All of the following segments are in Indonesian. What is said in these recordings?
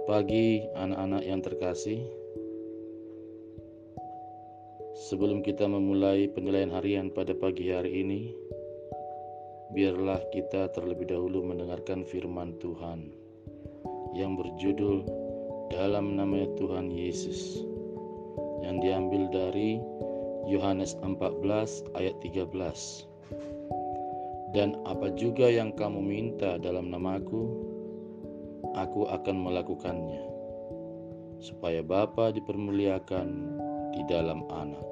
pagi anak-anak yang terkasih. Sebelum kita memulai penilaian harian pada pagi hari ini, biarlah kita terlebih dahulu mendengarkan firman Tuhan yang berjudul Dalam Nama Tuhan Yesus, yang diambil dari Yohanes 14 ayat 13. Dan apa juga yang kamu minta dalam namaku, aku akan melakukannya, supaya Bapa dipermuliakan di dalam Anak.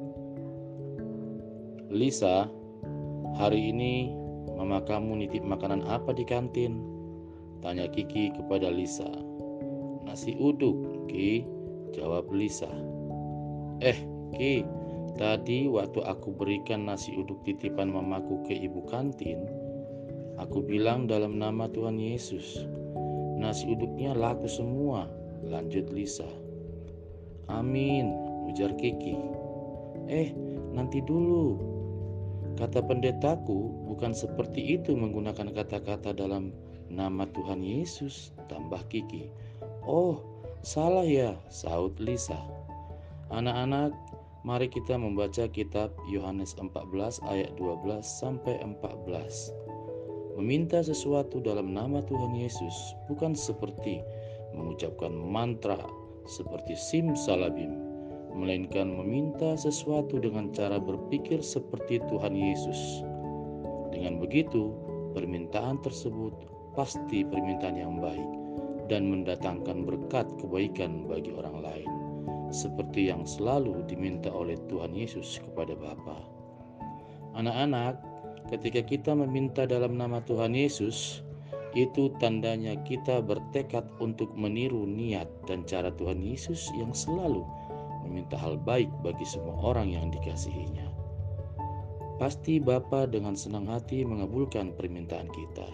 Lisa, hari ini mama kamu nitip makanan apa di kantin? Tanya Kiki kepada Lisa. Nasi uduk, Ki, jawab Lisa. Ki, tadi waktu aku berikan nasi uduk titipan mamaku ke ibu kantin, aku bilang dalam nama Tuhan Yesus. Nasi uduknya laku semua, lanjut Lisa. Amin, ujar Kiki. Nanti dulu. Kata pendetaku bukan seperti itu menggunakan kata-kata dalam nama Tuhan Yesus, tambah Kiki. Oh, salah ya, sahut Lisa. Anak-anak, mari kita membaca kitab Yohanes 14 ayat 12 sampai 14. Meminta sesuatu dalam nama Tuhan Yesus bukan seperti mengucapkan mantra seperti simsalabim, melainkan meminta sesuatu dengan cara berpikir seperti Tuhan Yesus. Dengan begitu, permintaan tersebut pasti permintaan yang baik dan mendatangkan berkat kebaikan bagi orang lain, seperti yang selalu diminta oleh Tuhan Yesus kepada Bapa. Anak-anak, ketika kita meminta dalam nama Tuhan Yesus, itu tandanya kita bertekad untuk meniru niat dan cara Tuhan Yesus yang selalu meminta hal baik bagi semua orang yang dikasihinya. Pasti Bapa dengan senang hati mengabulkan permintaan kita.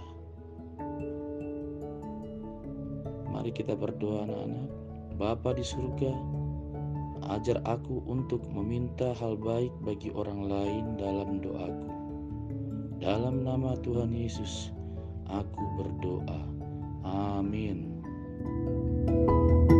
Mari kita berdoa anak-anak. Bapa di surga, ajar aku untuk meminta hal baik bagi orang lain dalam doaku. Dalam nama Tuhan Yesus, aku berdoa. Amin.